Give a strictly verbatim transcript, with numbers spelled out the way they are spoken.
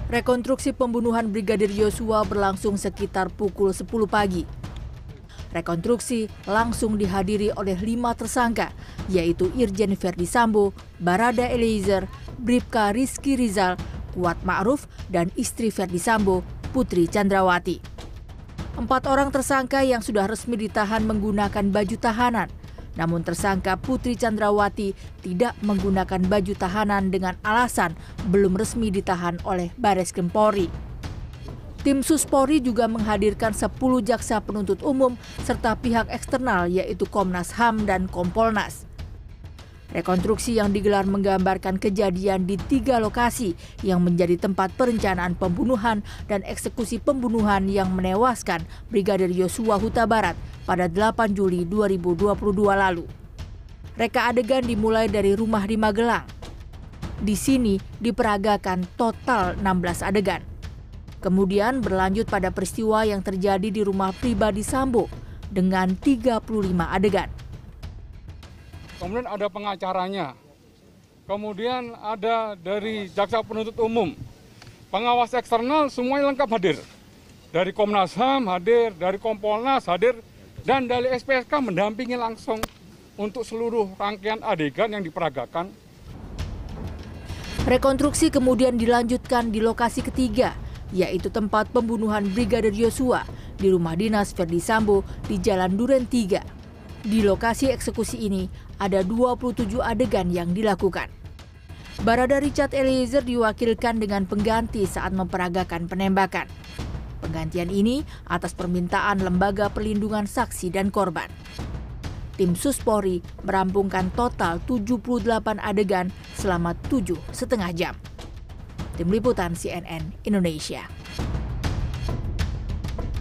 Rekonstruksi pembunuhan Brigadir Yosua berlangsung sekitar pukul sepuluh pagi. Rekonstruksi langsung dihadiri oleh lima tersangka, yaitu Irjen Verdi Sambo, Barada Eliezer, Bribka Rizky Rizal, Kuat Ma'ruf, dan istri Verdi Sambo, Putri Chandrawati. Empat orang tersangka yang sudah resmi ditahan menggunakan baju tahanan. Namun tersangka Putri Chandrawati tidak menggunakan baju tahanan dengan alasan belum resmi ditahan oleh Bareskrim Polri. Tim Sus Polri juga menghadirkan sepuluh jaksa penuntut umum serta pihak eksternal yaitu Komnas H A M dan Kompolnas. Rekonstruksi yang digelar menggambarkan kejadian di tiga lokasi yang menjadi tempat perencanaan pembunuhan dan eksekusi pembunuhan yang menewaskan Brigadir Yosua Huta Barat pada delapan Juli dua ribu dua puluh dua lalu. Reka adegan dimulai dari rumah di Magelang. Di sini diperagakan total enam belas adegan. Kemudian berlanjut pada peristiwa yang terjadi di rumah pribadi Sambo dengan tiga puluh lima adegan. Kemudian ada pengacaranya, kemudian ada dari jaksa penuntut umum, pengawas eksternal semuanya lengkap hadir. Dari Komnas H A M hadir, dari Kompolnas hadir, dan dari S P S K mendampingi langsung untuk seluruh rangkaian adegan yang diperagakan. Rekonstruksi kemudian dilanjutkan di lokasi ketiga, yaitu tempat pembunuhan Brigadir Yosua di rumah dinas Verdi Sambo di Jalan Duren tiga. Di lokasi eksekusi ini ada dua puluh tujuh adegan yang dilakukan. Barada Richard Eliezer diwakilkan dengan pengganti saat memperagakan penembakan. Penggantian ini atas permintaan Lembaga Perlindungan Saksi dan Korban. Tim Sus Polri merampungkan total tujuh puluh delapan adegan selama tujuh setengah jam. Tim Liputan C N N Indonesia.